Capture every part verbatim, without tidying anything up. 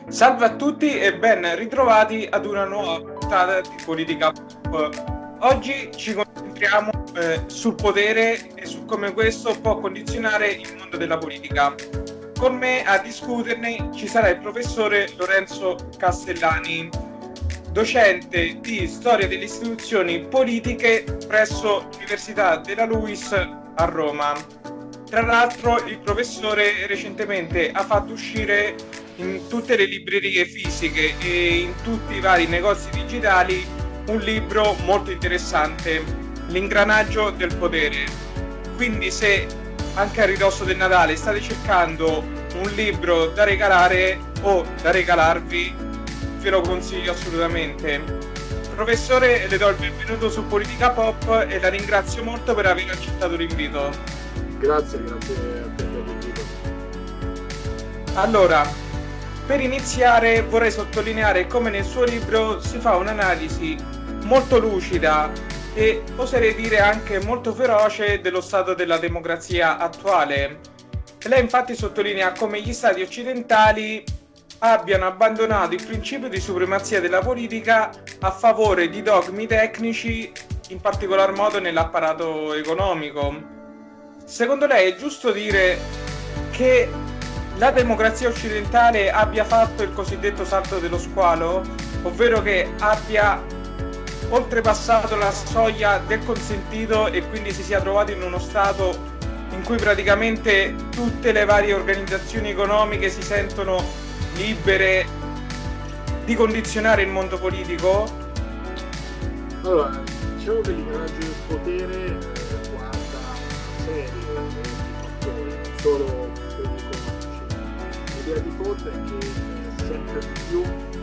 Salve a tutti e ben ritrovati ad una nuova puntata di Politica Pop. Oggi ci concentriamo eh, sul potere e su come questo può condizionare il mondo della politica. Con me a discuterne ci sarà il professore Lorenzo Castellani, docente di Storia delle Istituzioni Politiche presso l'Università della LUISS a Roma. Tra l'altro il professore recentemente ha fatto uscire in tutte le librerie fisiche e in tutti i vari negozi digitali un libro molto interessante, L'ingranaggio del potere. Quindi se anche a ridosso del Natale state cercando un libro da regalare o da regalarvi, ve lo consiglio assolutamente. Professore, le do il benvenuto su Politica Pop e la ringrazio molto per aver accettato l'invito. Grazie, grazie a te per l'invito. Allora, per iniziare vorrei sottolineare come nel suo libro si fa un'analisi molto lucida e oserei dire anche molto feroce dello stato della democrazia attuale. Lei infatti sottolinea come gli stati occidentali abbiano abbandonato il principio di supremazia della politica a favore di dogmi tecnici, in particolar modo nell'apparato economico. Secondo lei è giusto dire che la democrazia occidentale abbia fatto il cosiddetto salto dello squalo, ovvero che abbia oltrepassato la soglia del consentito e quindi si sia trovato in uno stato in cui praticamente tutte le varie organizzazioni economiche si sentono libere di condizionare il mondo politico? Allora, diciamo che l'ingranaggio del potere eh, guarda una serie di fattori, non solo quelli economici. L'idea di fondo è che eh, sempre di più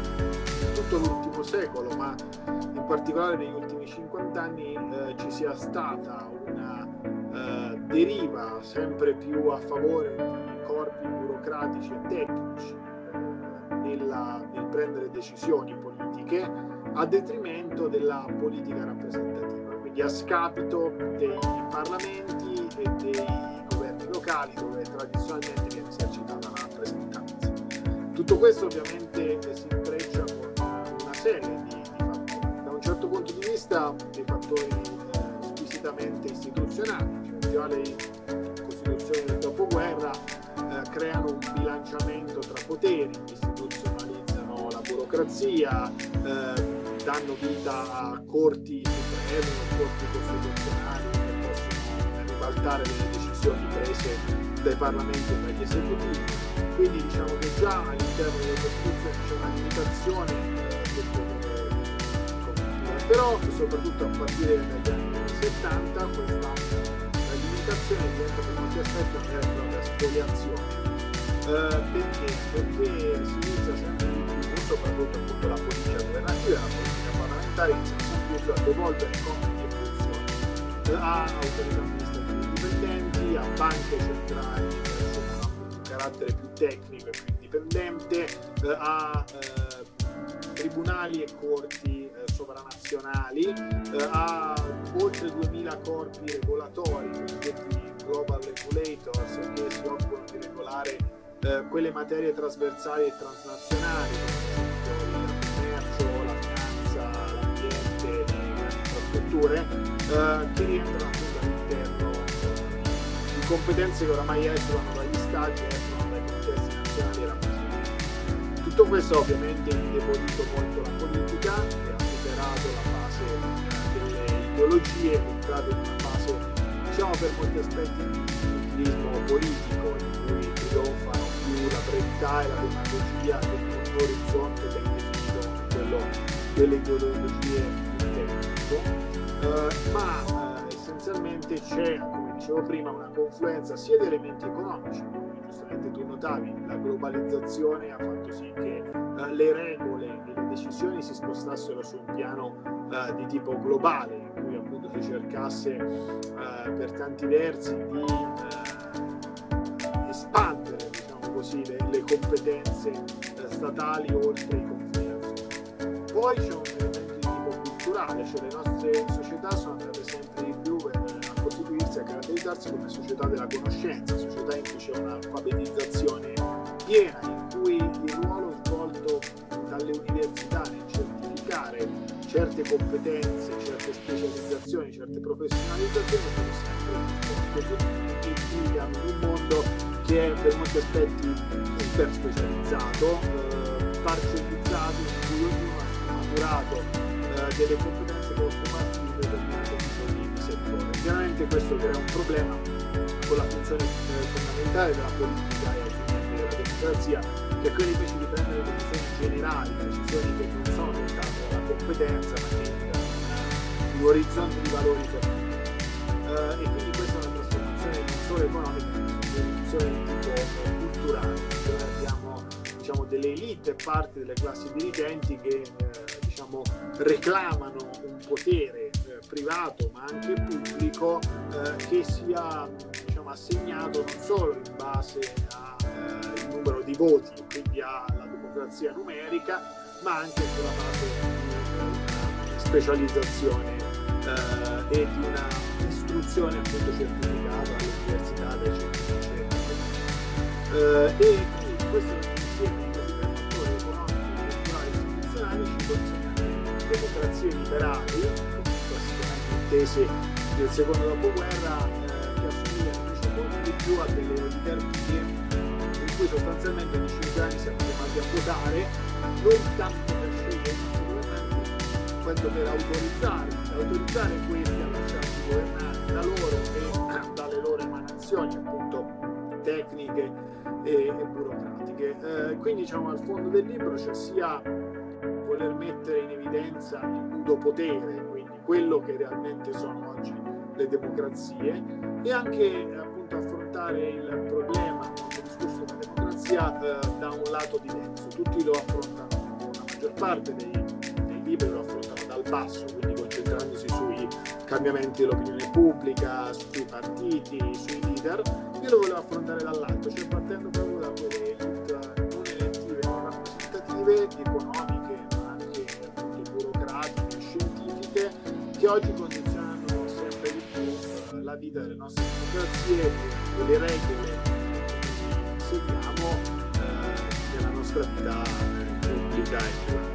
in tutto l'ultimo secolo, ma in particolare negli ultimi cinquanta anni, eh, ci sia stata una eh, deriva sempre più a favore di corpi burocratici e tecnici eh, nella, nel prendere decisioni politiche a detrimento della politica rappresentativa, quindi a scapito dei parlamenti e dei governi locali dove tradizionalmente viene esercitata la rappresentanza. Tutto questo ovviamente si intreccia con una serie di, di fattori. Da un certo punto di vista dei fattori eh, squisitamente istituzionali, cioè già le costituzioni del dopoguerra eh, creano un bilanciamento tra poteri, istituzionalizzano la burocrazia, eh, danno vita a corti supreme o corti costituzionali che possono ribaltare le decisioni prese dai parlamenti e dagli esecutivi. Quindi diciamo che già all'interno delle Costituzioni c'è una limitazione eh, del potere competitivo, però soprattutto a partire dagli anni settanta questa la limitazione diventa per molti aspetti una vera e propria spoliazione. Eh, perché? Perché si inizia sempre di più, soprattutto appunto la politica governativa, la politica parlamentare, inizia sempre di più a devolvere compiti e funzioni eh, a autorità amministrative indipendenti, a banche centrali che assumono un carattere più tecnico e più indipendente, eh, a eh, tribunali e corti eh, sovranazionali, eh, a oltre duemila corpi regolatori, cosiddetti global regulators, che si occupano di regolare eh, quelle materie trasversali e transnazionali come il commercio, la finanza, l'ambiente, le infrastrutture, eh, che rientrano appunto all'interno di competenze che oramai esulano dagli stati e esulano dai contesti nazionali e rappresentativi. Tutto questo ovviamente ha indebolito molto la politica e ha superato la fase eh, delle ideologie, è entrato in una fase, diciamo per molti aspetti, di utilismo politico, in cui trionfano più la brevità e la demagogia che un orizzonte ben definito, quello delle ideologie di tempo, eh, ma eh, essenzialmente c'è, come dicevo prima, una confluenza sia di elementi economici, come giustamente tu notavi, la globalizzazione ha fatto sì che eh, le regole e le decisioni si spostassero su un piano eh, di tipo globale, in cui appunto si cercasse eh, per tanti versi di eh, espandere, diciamo così, le, le competenze eh, statali oltre i confini nazionali. Poi c'è un elemento di tipo culturale, cioè le nostre società sono andate sempre di più eh, a costituirsi, a caratterizzarsi come società della conoscenza, società in cui c'è un'alfabetizzazione piena, in cui il ruolo svolto dalle università nel certificare certe competenze, certe specializzazioni, certe professionalizzazioni sono sempre impiegano in un mondo che è per molti aspetti iper specializzato, eh, parcellizzato, in cui ognuno ha maturato eh, delle competenze per occuparsi di determinato tipo di settore. Chiaramente questo crea un problema con la funzione eh, fondamentale della politica e quindi della democrazia, che è quella invece di prendere decisioni generali, decisioni che non sono dettate dalla competenza ma che indicano un orizzonte di valori per tutti. Uh, e quindi questa è una trasformazione non solo economica, ma una trasformazione di tipo culturale, dove abbiamo diciamo, delle elite e parte delle classi dirigenti che eh, diciamo, reclamano un potere eh, privato ma anche pubblico eh, che sia diciamo, assegnato non solo in base al eh, numero di voti, quindi alla democrazia numerica, ma anche sulla base di una specializzazione eh, e di una istruzione appunto certificata all'università, eccetera, eccetera. Uh, e quindi questo è insieme di questi tre fattori economici, culturali e istituzionali ci consegna democrazie liberali, classicamente intese del secondo dopoguerra, eh, che assomigliano invece molto di più a delle oligarchie in cui sostanzialmente ogni cinque anni siamo chiamati a votare, non tanto per scegliere i nostri governanti, quanto per autorizzare, autorizzare questi a lasciarsi governare da loro e dalle loro emanazioni appunto tecniche e, e burocratiche. Eh, quindi diciamo al fondo del libro c'è sia voler mettere in evidenza il nudo potere, quindi quello che realmente sono oggi le democrazie, e anche appunto affrontare il problema, il discorso della democrazia eh, da un lato diverso. Tutti lo affrontano, la maggior parte dei, dei libri lo affrontano dal basso, quindi concentrandosi sui cambiamenti dell'opinione pubblica, sui partiti, sui leader. Io lo volevo affrontare dall'alto, cioè partendo proprio da quelle elite non elettive, non rappresentative, economiche, ma anche appunto burocratiche, scientifiche, che oggi condizionano sempre di più eh, la vita delle nostre democrazie e le regole che seguiamo eh, nella nostra vita eh, pubblica e privata.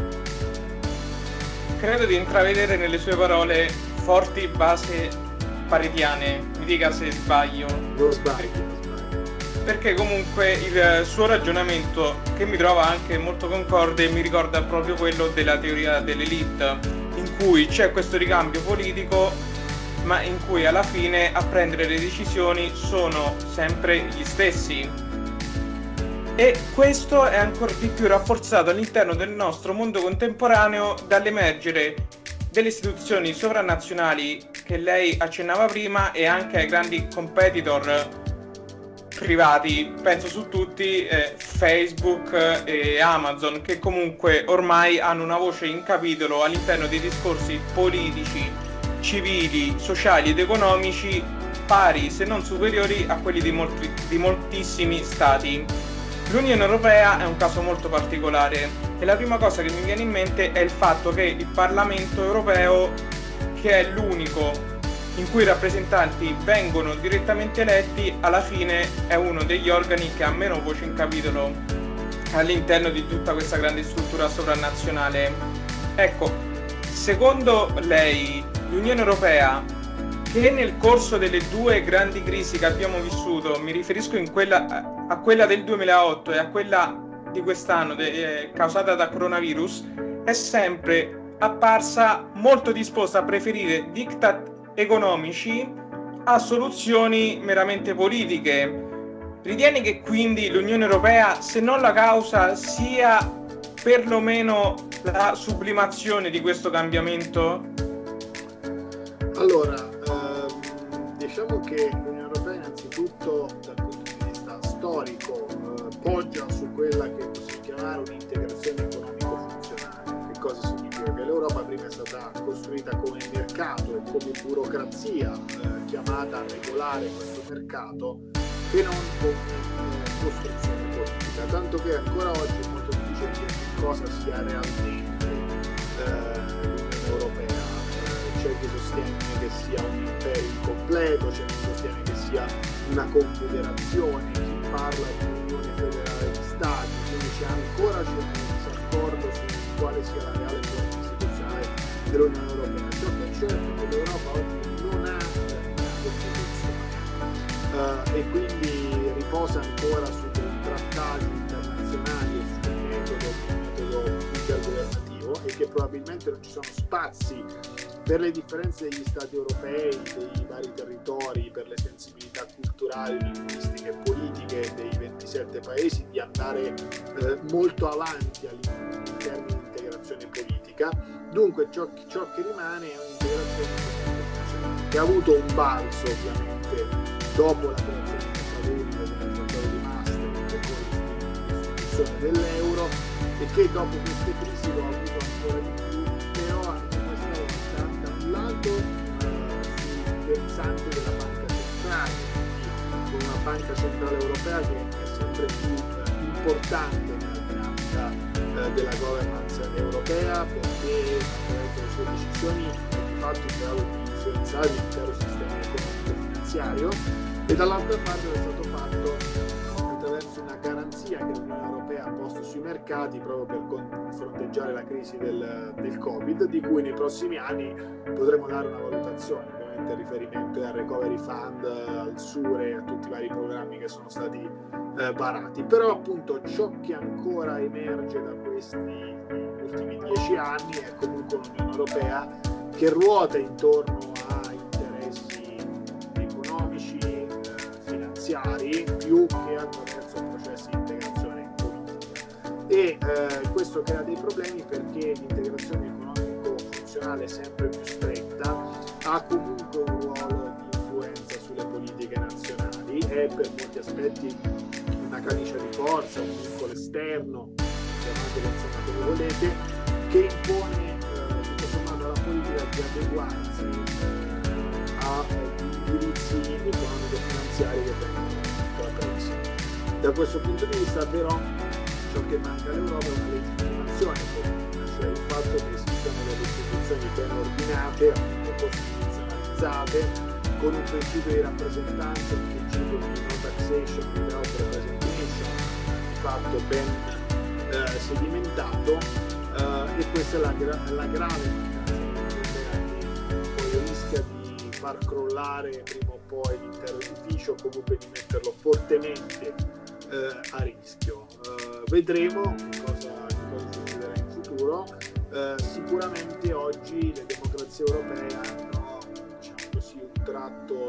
Credo di intravedere nelle sue parole forti basi paretiane, mi dica se sbaglio. Non sbaglio, non sbaglio. Perché comunque il suo ragionamento, che mi trova anche molto concorde, mi ricorda proprio quello della teoria dell'elite, in cui c'è questo ricambio politico, ma in cui alla fine a prendere le decisioni sono sempre gli stessi. E questo è ancora di più rafforzato all'interno del nostro mondo contemporaneo dall'emergere delle istituzioni sovranazionali che lei accennava prima e anche ai grandi competitor privati, penso su tutti eh, Facebook e Amazon, che comunque ormai hanno una voce in capitolo all'interno dei discorsi politici, civili, sociali ed economici pari se non superiori a quelli di, molti, di moltissimi stati. L'Unione Europea è un caso molto particolare e la prima cosa che mi viene in mente è il fatto che il Parlamento Europeo, che è l'unico in cui i rappresentanti vengono direttamente eletti, alla fine è uno degli organi che ha meno voce in capitolo all'interno di tutta questa grande struttura sovranazionale. Ecco, secondo lei l'Unione Europea, che nel corso delle due grandi crisi che abbiamo vissuto, mi riferisco in quella, a quella del duemilaotto e a quella di quest'anno de, eh, causata da coronavirus, è sempre apparsa molto disposta a preferire diktat economici a soluzioni meramente politiche. Ritieni che quindi l'Unione Europea, se non la causa, sia perlomeno la sublimazione di questo cambiamento? Allora, ehm, diciamo che l'Unione Europea innanzitutto dal punto di vista storico eh, poggia su quella che possiamo chiamare un'integrazione economico-funzionale. Che cosa significa? Che l'Europa prima è stata costruita come mercato e come burocrazia eh, chiamata a regolare questo mercato, che non come eh, costruzione politica, tanto che ancora oggi è molto difficile dire che cosa sia realmente eh, l'Unione Europea. C'è chi sostiene che sia un impero incompleto, c'è chi sostiene che sia una confederazione, chi parla di un'unione federale di stati, quindi c'è ancora c'è un disaccordo su quale sia la reale forma istituzionale dell'Unione Europea. Ciò che è certo è che l'Europa oggi non ha una Costituzione uh, e quindi riposa ancora su dei trattati internazionali e su un metodo, un metodo intergovernativo, e che probabilmente non ci sono spazi per le differenze degli stati europei, dei vari territori, per le sensibilità culturali, linguistiche e politiche dei ventisette paesi, di andare eh, molto avanti in termini di integrazione politica. Dunque ciò, ciò che rimane è un'integrazione che ha avuto un balzo ovviamente dopo la creazione del Trattato di Maastricht e poi l'istituzione dell'euro, e che dopo queste crisi lo ha avuto ancora di più, però anche questa volta da un lato eh, sul versante della banca centrale, quindi con una banca centrale europea che è sempre più eh, importante nella dinamica eh, della governance europea, perché attraverso le sue decisioni è di fatto in grado di influenzare l'intero sistema economico e finanziario, e dall'altra parte è stato fatto attraverso una garanzia che l'Unione Europea ha posto sui mercati proprio per fronteggiare la crisi del, del Covid, di cui nei prossimi anni potremo dare una valutazione, ovviamente in riferimento al Recovery Fund, al SURE, a tutti i vari programmi che sono stati eh, varati. Però appunto ciò che ancora emerge da questi ultimi dieci anni è comunque un'Unione Europea che ruota intorno a interessi economici, eh, finanziari, più che attraverso processi di integrazione politica. E eh, questo crea dei problemi perché l'integrazione economico-funzionale sempre più stretta ha comunque un ruolo di influenza sulle politiche nazionali, è per molti aspetti una camicia di forza, un vincolo esterno, chiamatelo insomma come volete, che impone eh, tutto sommato alla politica di adeguarsi eh, agli indirizzi economico-finanziari che vengono intrapresi. Da questo punto di vista però ciò che manca all'Europa è una legittimazione politica, cioè il fatto che esistano delle istituzioni ben ordinate, appunto costituzionalizzate, con un principio di rappresentanza, un principio di no taxation without representation, di fatto ben eh, sedimentato, eh, e questa è la, gra- la grave mancanza che poi rischia di far crollare prima o poi l'intero edificio, o comunque di metterlo fortemente eh, a rischio. Eh, vedremo cosa, cosa succederà in futuro. Eh, sicuramente oggi le democrazie europee hanno, diciamo così, un tratto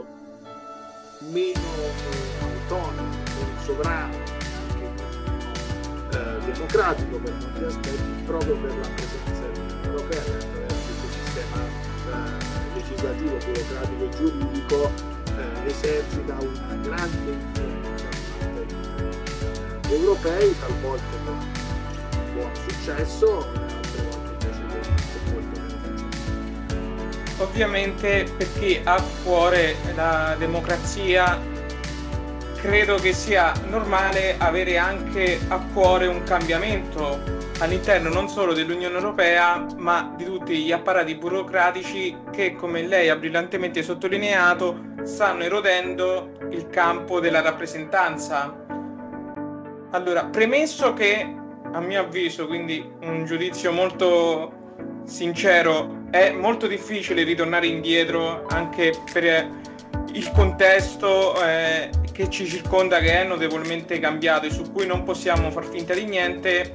meno eh, autonomo, meno sovrano, anche meno eh, democratico per molti aspetti, proprio per la presenza dell'Unione Europea, che attraverso il suo sistema eh, legislativo, burocratico e giuridico eh, esercita una grande influenza sui cittadini europei, talvolta con buon successo, altre volte invece con molto meno successo. Ovviamente per chi ha a cuore la democrazia credo che sia normale avere anche a cuore un cambiamento all'interno non solo dell'Unione Europea ma di tutti gli apparati burocratici che, come lei ha brillantemente sottolineato, stanno erodendo il campo della rappresentanza. Allora, premesso che a mio avviso, quindi un giudizio molto sincero, è molto difficile ritornare indietro anche per il contesto eh, che ci circonda, che è notevolmente cambiato e su cui non possiamo far finta di niente.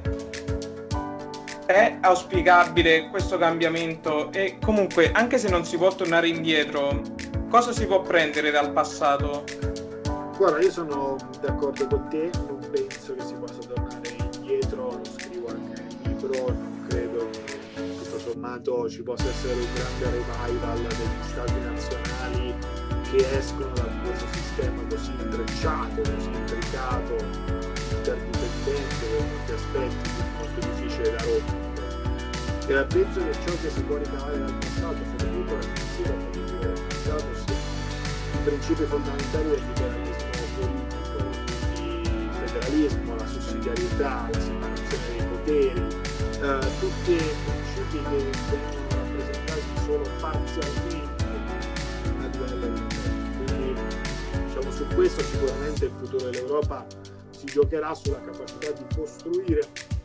È auspicabile questo cambiamento e comunque, anche se non si può tornare indietro, cosa si può prendere dal passato? Guarda, io sono d'accordo con te, non penso che si possa tornare indietro, lo scrivo anche nel libro, non credo che tutto sommato ci possa essere un grande revival degli stati nazionali che escono da questo sistema così intrecciato, così intricato, interdipendente per molti aspetti, molto difficile da rompere. E penso che ciò che si può ricavare dal passato, soprattutto la pensiero politica del passato, sia i principi fondamentali del liberalismo politico, il federalismo, la sussidiarietà, la separazione dei poteri, eh, tutti principi che vengono rappresentati solo parzialmente a livello europeo. Quindi diciamo, su questo sicuramente il futuro dell'Europa si giocherà sulla capacità di costruire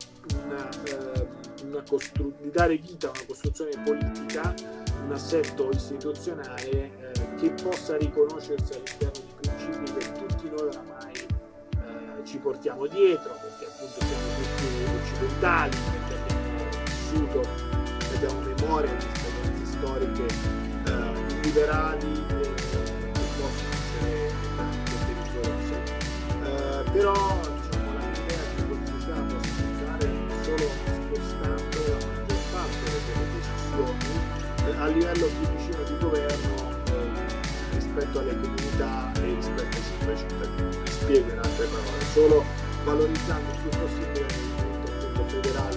una, eh, una costru- di dare vita a una costruzione politica, un assetto istituzionale eh, che possa riconoscersi all'interno di principi che tutti noi oramai eh, ci portiamo dietro, perché appunto siamo tutti occidentali, perché abbiamo vissuto, abbiamo memoria di esperienze storiche eh, liberali eh, che possono essere veramente pericolose. Eh, però diciamo, la mia idea è che questa società possa funzionare solo spostando la maggior parte delle decisioni eh, a livello più vicino di governo eh, rispetto alle comunità e rispetto ai singoli cittadini. Mi spiego in altre parole, solo valorizzando il più possibile il movimento appunto federale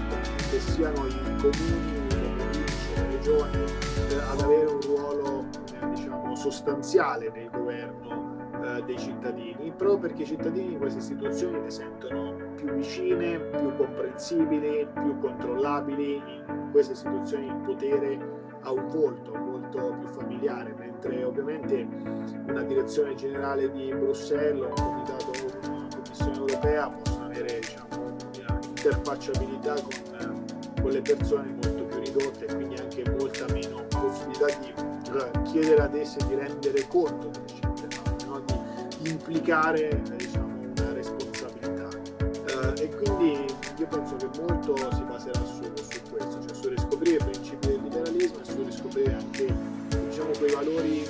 che siano i comuni, le province, le regioni eh, ad avere un ruolo eh, diciamo sostanziale nel governo eh, dei cittadini, proprio perché i cittadini in queste istituzioni le sentono più vicine, più comprensibili, più controllabili. In queste istituzioni il potere ha un volto, un volto più familiare, mentre ovviamente una direzione generale di Bruxelles, un comitato, una Commissione europea possono avere diciamo, un'interfacciabilità con con le persone molto più ridotte e quindi anche molta meno possibilità di uh, chiedere ad esse di rendere conto delle scelte, no? Di implicare diciamo, una responsabilità. Uh, e quindi io penso che molto si baserà su, su questo, cioè su riscoprire i principi del liberalismo e su riscoprire anche diciamo, quei valori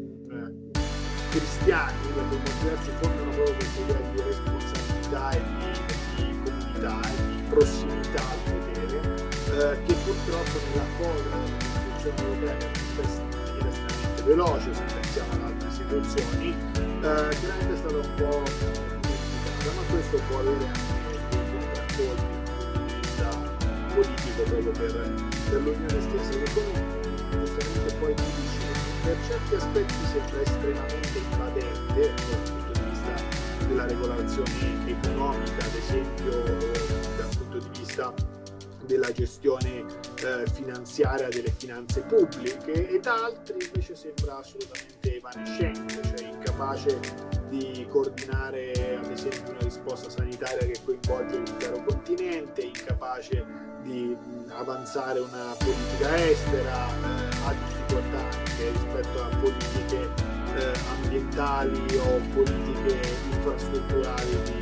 uh, cristiani che per molti versi fondano proprio questa idea di responsabilità e di, di comunità e di prossimità al potere. Eh, che purtroppo nella cosa dell'istituzione europea che è in maniera estremamente veloce, se pensiamo ad altre istituzioni, eh, chiaramente è stata un po' dimenticata, ma questo può avere anche dei contraccolpi dal punto di vista politico proprio per, per l'Unione stessa, che come giustamente poi tu dici, per certi aspetti sembra estremamente invadente dal punto di vista della regolazione economica, ad esempio dal punto di vista della gestione eh, finanziaria delle finanze pubbliche, ed altri invece sembra assolutamente evanescente, cioè incapace di coordinare ad esempio una risposta sanitaria che coinvolge l'intero continente, incapace di mh, avanzare una politica estera, eh, ha difficoltà anche rispetto a politiche eh, ambientali o politiche infrastrutturali di,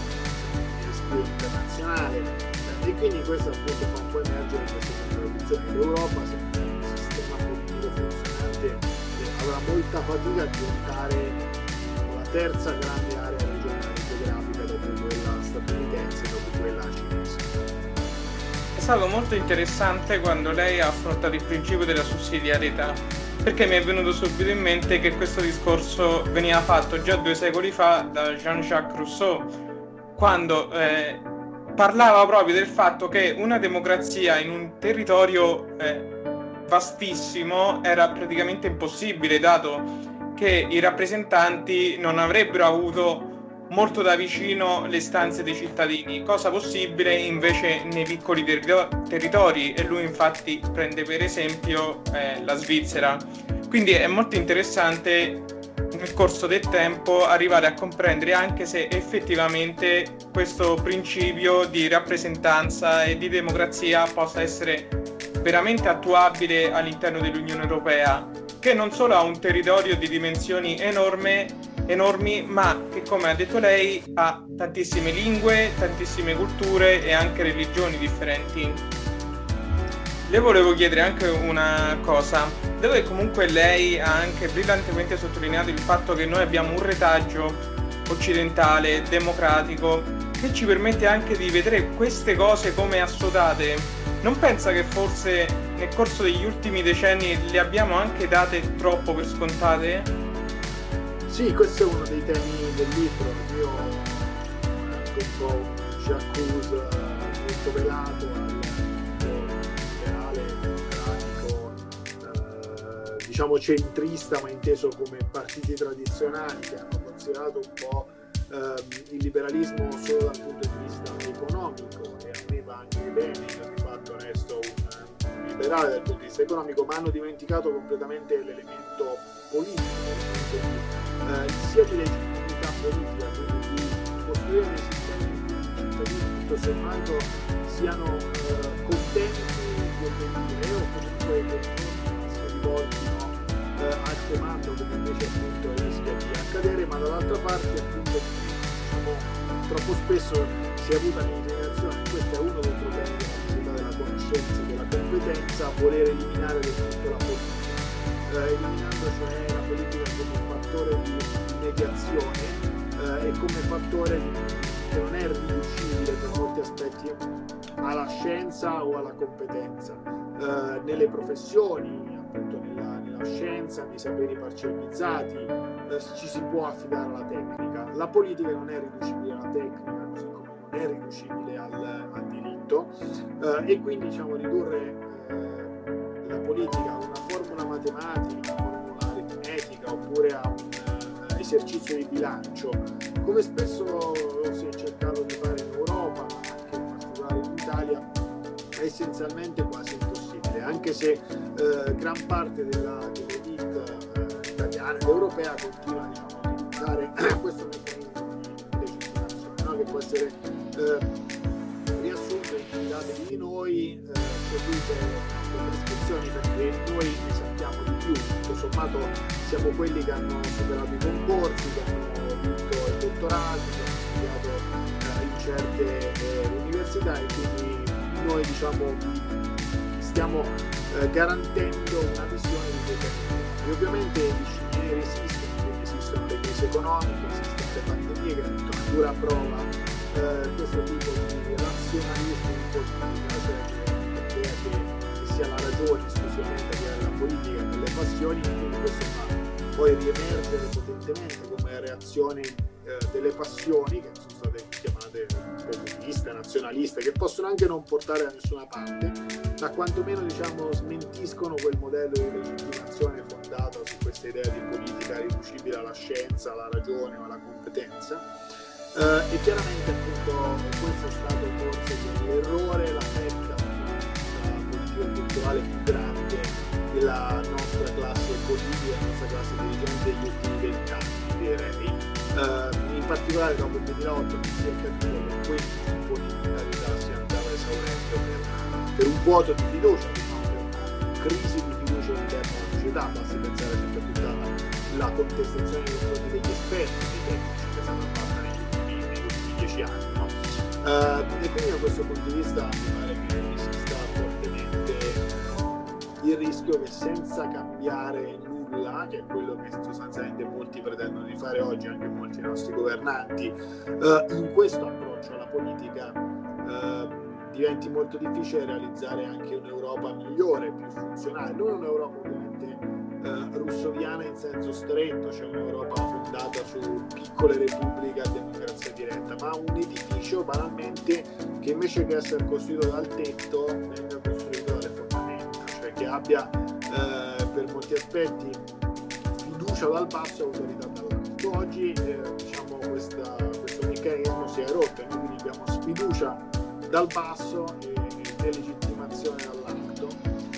di respiro internazionale. E quindi questo appunto fa un po' emergere queste contraddizioni. L'Europa, se un sistema politico funzionante, eh, avrà molta fatica a diventare la terza grande area regionale geografica dopo quella statunitense e dopo quella cinese. È stato molto interessante quando lei ha affrontato il principio della sussidiarietà, perché mi è venuto subito in mente che questo discorso veniva fatto già due secoli fa da Jean-Jacques Rousseau, quando eh, parlava proprio del fatto che una democrazia in un territorio eh, vastissimo era praticamente impossibile, dato che i rappresentanti non avrebbero avuto molto da vicino le istanze dei cittadini, cosa possibile invece nei piccoli ter- territori, e lui infatti prende per esempio eh, la Svizzera. Quindi è molto interessante nel corso del tempo arrivare a comprendere anche se effettivamente questo principio di rappresentanza e di democrazia possa essere veramente attuabile all'interno dell'Unione Europea, che non solo ha un territorio di dimensioni enorme, enormi, ma che, come ha detto lei, ha tantissime lingue, tantissime culture e anche religioni differenti. Le volevo chiedere anche una cosa, dove comunque lei ha anche brillantemente sottolineato il fatto che noi abbiamo un retaggio occidentale, democratico, che ci permette anche di vedere queste cose come assodate. Non pensa che forse nel corso degli ultimi decenni le abbiamo anche date troppo per scontate? Sì, questo è uno dei temi del libro. Io anche un po' un j'accuse molto velato al liberale, democratico, eh, diciamo centrista, ma inteso come partiti tradizionali che hanno considerato un po' eh, il liberalismo solo dal punto di vista economico, e a me va anche bene, io di fatto resto un liberale dal punto di vista economico, ma hanno dimenticato completamente l'elemento politico, l'elemento di, eh, sia di legittimità politica, quindi di costruire informato siano eh, contenti di obbedire o comunque che non si rivoltino eh, al comando, come invece appunto rischia di accadere, ma dall'altra parte appunto diciamo, troppo spesso si è avuta l'inclinazione, questo è uno dei problemi della società della conoscenza e della competenza, voler eliminare del tutto la politica, eh, eliminando cioè la politica come fattore di mediazione eh, e come fattore di, che non è riducibile per molti aspetti alla scienza o alla competenza. Eh, nelle professioni, appunto nella, nella scienza, nei saperi parcellizzati, eh, ci si può affidare alla tecnica. La politica non è riducibile alla tecnica, così come non è riducibile al, al diritto, eh, e quindi diciamo ridurre eh, la politica a una formula matematica, una formula aritmetica oppure a un uh, esercizio di bilancio, come spesso si è cercato di fare in Europa, ma anche in particolare in Italia, è essenzialmente quasi impossibile, anche se eh, gran parte della, dell'elite eh, italiana ed europea continua diciamo, a utilizzare questo meccanismo di legittimazione, no? Che può essere eh, riassunto in datevi di noi, eh, seguite le prescrizioni perché noi ne sappiamo di più, tutto sommato siamo quelli che hanno superato i concorsi, che hanno vinto i dottorati, che hanno studiato eh, in certe eh, università e quindi noi diciamo stiamo eh, garantendo una visione di determinazione. Ovviamente gli scenari esistono, quindi esistono le crisi economiche, esistono le pandemie che mettono a dura prova eh, questo tipo di razionalismo in politica, cioè che, che, che sia la ragione esclusivamente della politica e delle passioni, e quindi questo fa poi riemergere potentemente come reazione eh, delle passioni che sono state chiamate populiste, nazionaliste, che possono anche non portare da nessuna parte, ma quantomeno diciamo smentiscono quel modello di legittimazione fondato su questa idea di politica riducibile alla scienza, alla ragione o alla competenza. Eh, e chiaramente appunto questo è stato forse l'errore, la pecca, la politica culturale più grande della nostra classe politica, della nostra classe dirigente degli ultimi vent'anni, direi. Uh, in particolare dopo il duemilaotto si è capito che questo tipo di mentalità si andava esaurendo per, per un vuoto di fiducia, diciamo, per una crisi di fiducia all'interno della società. Basti pensare sempre a tutta la, la contestazione nei confronti degli esperti, dei tecnici che è stata fatta negli ultimi, negli ultimi dieci anni, no? Uh, e quindi da questo punto di vista mi pare che esista fortemente il rischio che senza cambiare nulla, che è quello che sostanzialmente molti pretendono di fare oggi, anche molti nostri governanti, eh, in questo approccio alla politica eh, diventi molto difficile realizzare anche un'Europa migliore, più funzionale, non un'Europa ovviamente eh, russoviana in senso stretto, cioè un'Europa fondata su piccole repubbliche a democrazia diretta, ma un edificio banalmente che invece che essere costruito dal tetto venga costruito dalle fondamenta, cioè che abbia eh, per molti aspetti fiducia dal basso e autorità dall'alto. Oggi eh, diciamo questa, questo meccanismo si è rotto e noi quindi abbiamo sfiducia dal basso e, e delegittimazione dall'alto,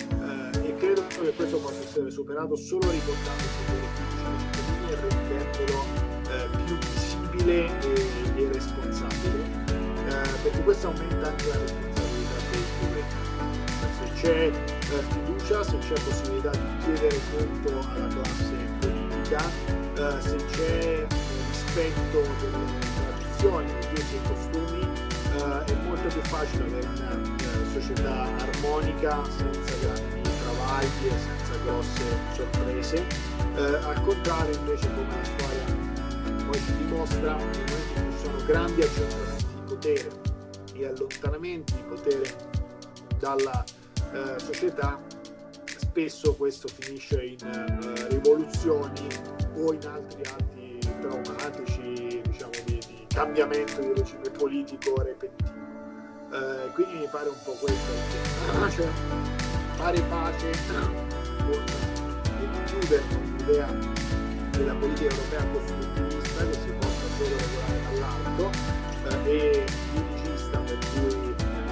eh, e credo che questo possa essere superato solo riportando il potere pubblico ai cittadini e rendendolo eh, più visibile e, e responsabile, eh, perché questo aumenta anche la responsabilità dei governi. Se c'è eh, fiducia, se c'è possibilità di chiedere conto alla classe politica, eh, se c'è eh, rispetto delle tradizioni, degli usi e costumi, eh, è molto più facile avere una uh, società armonica senza grandi travagli e senza grosse sorprese. Eh, al contrario invece, come la storia poi ci dimostra, nel momento in cui ci sono grandi accentramenti di potere e allontanamenti di potere dalla eh, società, spesso questo finisce in eh, rivoluzioni o in altri atti traumatici, diciamo di, di cambiamento di regime politico repentino. Eh, quindi mi pare un po' questo, cioè fare pace con e chiudere con l'idea della politica europea costruttivista che si possa solo regolare dall'alto eh, e dirigista, per cui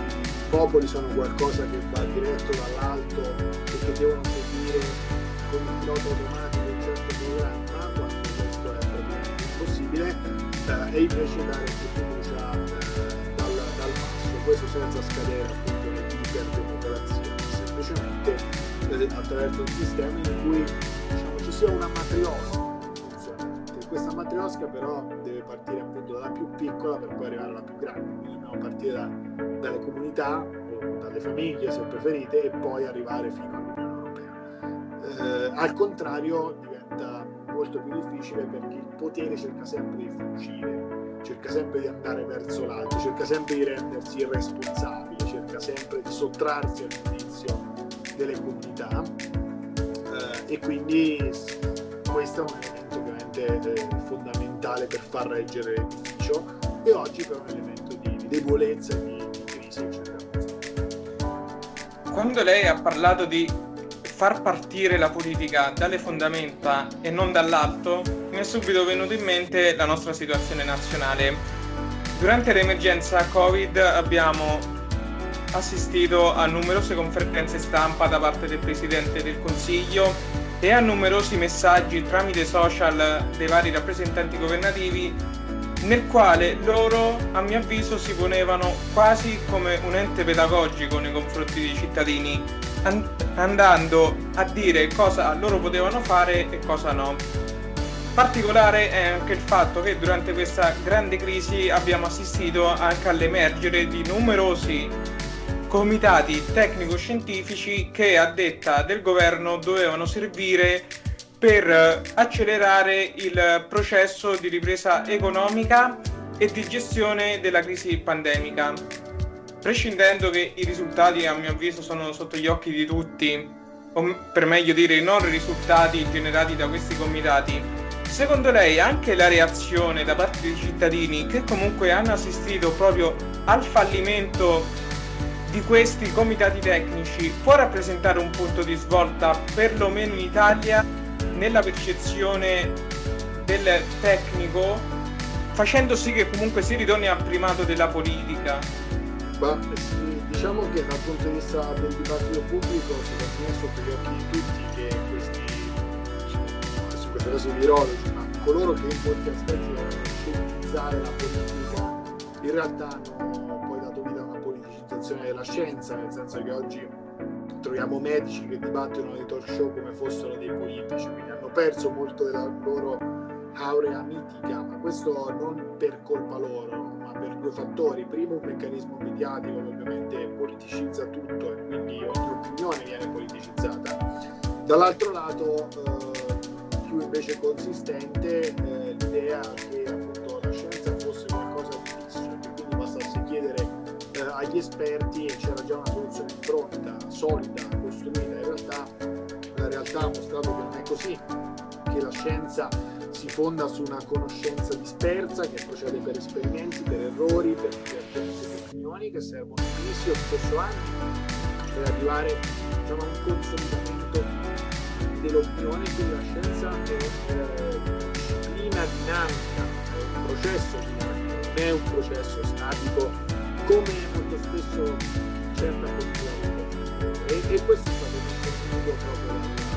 i popoli sono qualcosa che va diretto dall'alto e che devono seguire con un pilota automatico un certo programma, quando questo è praticamente impossibile, eh, e invece dare più fiducia eh, dal, dal basso. questo senza scadere appunto nell'iperdemocrazia, ma semplicemente eh, attraverso un sistema in cui diciamo, ci sia una matriosca funzionante. Questa matriosca però deve partire appunto dalla più piccola per poi arrivare alla più grande, quindi dobbiamo partire da, dalle comunità, o dalle famiglie se preferite, e poi arrivare fino all'Unione Europea. Eh, al contrario diventa molto più difficile perché il potere cerca sempre di fuggire, cerca sempre di andare verso l'alto, cerca sempre di rendersi irresponsabile, cerca sempre di sottrarsi al giudizio delle comunità eh, e quindi questo è un elemento ovviamente eh, fondamentale per far reggere l'edificio, e oggi però è un elemento di, di debolezza e di, di crisi eccetera. Quando lei ha parlato di far partire la politica dalle fondamenta e non dall'alto, mi è subito venuto in mente la nostra situazione nazionale. Durante l'emergenza Covid abbiamo assistito a numerose conferenze stampa da parte del Presidente del Consiglio e a numerosi messaggi tramite social dei vari rappresentanti governativi, nel quale loro, a mio avviso, si ponevano quasi come un ente pedagogico nei confronti dei cittadini, andando a dire cosa loro potevano fare e cosa no. Particolare è anche il fatto che durante questa grande crisi abbiamo assistito anche all'emergere di numerosi comitati tecnico-scientifici che, a detta del governo, dovevano servire per accelerare il processo di ripresa economica e di gestione della crisi pandemica. Prescindendo che i risultati, a mio avviso, sono sotto gli occhi di tutti, o per meglio dire i non risultati generati da questi comitati, secondo lei anche la reazione da parte dei cittadini, che comunque hanno assistito proprio al fallimento di questi comitati tecnici, può rappresentare un punto di svolta perlomeno in Italia nella percezione del tecnico, facendo sì che comunque si ritorni al primato della politica? Ma sì, diciamo che dal punto di vista del dibattito pubblico, secondo me è sotto gli occhi di tutti che questi, diciamo, in questo caso i virologi, ma coloro che in molti aspetti devono scientifizzare la politica, in realtà hanno poi dato vita a una politicizzazione della scienza, nel senso che oggi troviamo medici che dibattono nei talk show come fossero dei politici, quindi hanno perso molto della loro aurea mitica, ma questo non per colpa loro, ma per due fattori. Primo, un meccanismo mediatico che ovviamente politicizza tutto e quindi ogni opinione viene politicizzata. Dall'altro lato, eh, più invece consistente, eh, l'idea che appunto la scienza fosse qualcosa di fisso, che quindi bastasse chiedere eh, agli esperti e c'era già una soluzione pronta, solida, costruita. In realtà la realtà ha mostrato che non è così, che la scienza si fonda su una conoscenza dispersa che procede per esperimenti, per errori, per divergenze di opinioni che servono mesi o spesso anni per arrivare, diciamo, a un consolidamento dell'opinione. Quindi la scienza è eh, una disciplina dinamica, è un processo dinamico, non è un processo statico come molto spesso certa politica e, e questo è stato contenuto proprio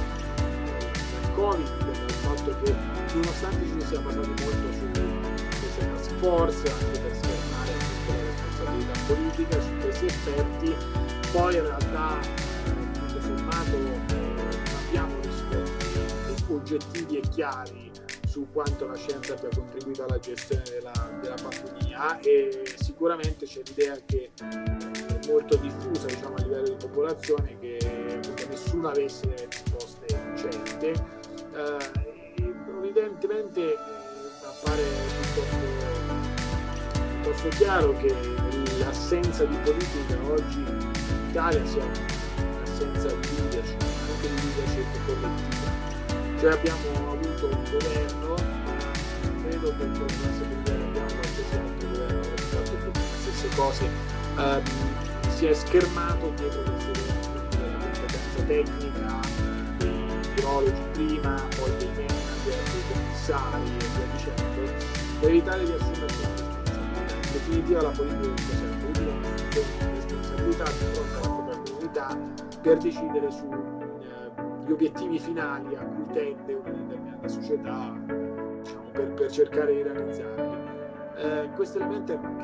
dal Covid, del fatto che nonostante ci sia basato molto su queste task force anche per schermare tutta la responsabilità politica su questi esperti, poi in realtà tutto sommato non abbiamo riscontri oggettivi e chiari su quanto la scienza abbia contribuito alla gestione della, della pandemia, e sicuramente c'è l'idea che è molto diffusa, diciamo, a livello di popolazione, che nessuno avesse delle risposte certe. Eh, evidentemente appare piuttosto, piuttosto chiaro che l'assenza di politica oggi in Italia sia un'assenza di leadership, anche di leadership collettiva. Cioè abbiamo avuto un governo, ma credo che con la segurità che abbiamo qualsiasi altro governo che ha fatto più le stesse cose ehm, si è schermato dietro queste della competenza tecnica dei virologi prima, poi dei manager, dei commissari e via dicendo, per evitare di assumersi una responsabilità. In definitiva la politica è cos'è? La politica è una responsabilità di fronte alla propria comunità per decidere sugli obiettivi finali a cui tende una determinata società, diciamo, per, per cercare di realizzarli. Eh, questo elemento è mancato.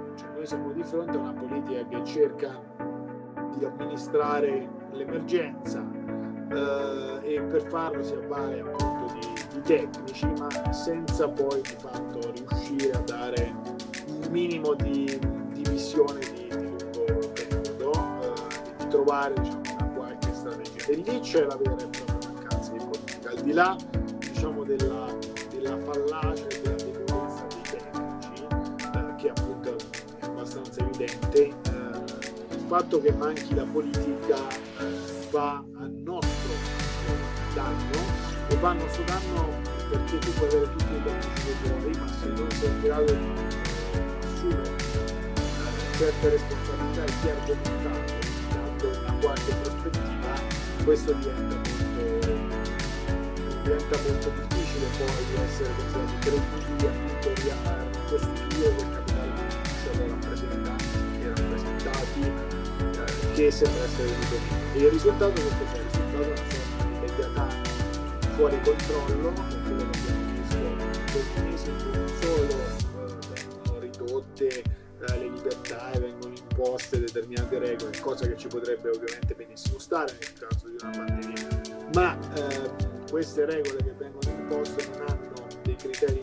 Cioè, noi siamo di fronte a una politica che cerca di amministrare l'emergenza eh, e per farlo si avvale appunto di, di tecnici, ma senza poi di fatto riuscire a dare un minimo di, di visione di, di lungo periodo, eh, di trovare, diciamo, una qualche strategia. E lì c'è la vera e propria mancanza di politica, al di là, diciamo, della, della fallacia e della debolezza dei tecnici, eh, che appunto è abbastanza evidente. Eh, il fatto che manchi la politica eh, va a nostro danno, e va a nostro danno perché tu puoi avere tutti i tecnici che vuoi, ma se non sei in grado di assumere eh, certe responsabilità e chi argomentato dando una qualche prospettiva, questo diventa molto, diventa molto difficile poi essere considerati credibili appunto a costruire quel capitale di fiducia dei rappresentanti e rappresentati eh, che sembra essere venuto meno. E il risultato che cos'è? Il risultato è una sorta di leviatano fuori controllo, che è quello che abbiamo visto in questi mesi, in cui non solo eh, vengono ridotte eh, le libertà e vengono imposte determinate regole, cosa che ci potrebbe ovviamente benissimo stare nel caso di una pandemia, ma eh, queste regole che vengono imposte non hanno dei criteri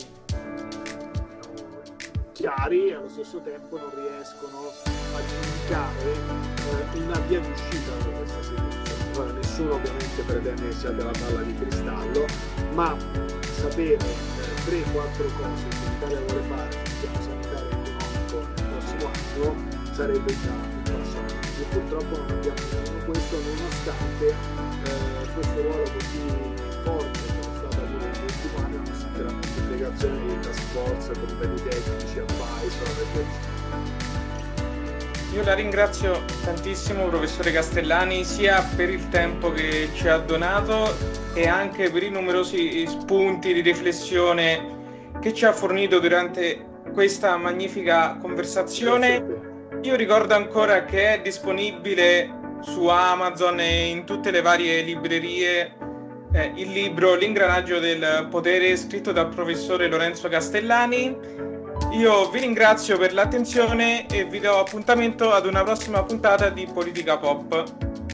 chiari e allo stesso tempo non riescono a indicare eh, una via d'uscita da questa situazione. Ora, nessuno ovviamente pretende che sia della palla di cristallo, ma sapere tre quattro cose che l'Italia vuole fare sul piano sanitario e economico nel prossimo anno sarebbe già un passo avanti. E purtroppo non abbiamo fatto questo, nonostante eh, questo ruolo così forte che è stato avuto nell'ultimo anno, nonostante la moltiplicazione di task force, compagni tecnici, advisor e via dicendo. Io la ringrazio tantissimo, professore Castellani, sia per il tempo che ci ha donato e anche per i numerosi spunti di riflessione che ci ha fornito durante questa magnifica conversazione. Io ricordo ancora che è disponibile su Amazon e in tutte le varie librerie eh, il libro L'ingranaggio del potere, scritto dal professore Lorenzo Castellani. Io vi ringrazio per l'attenzione e vi do appuntamento ad una prossima puntata di Politica Pop.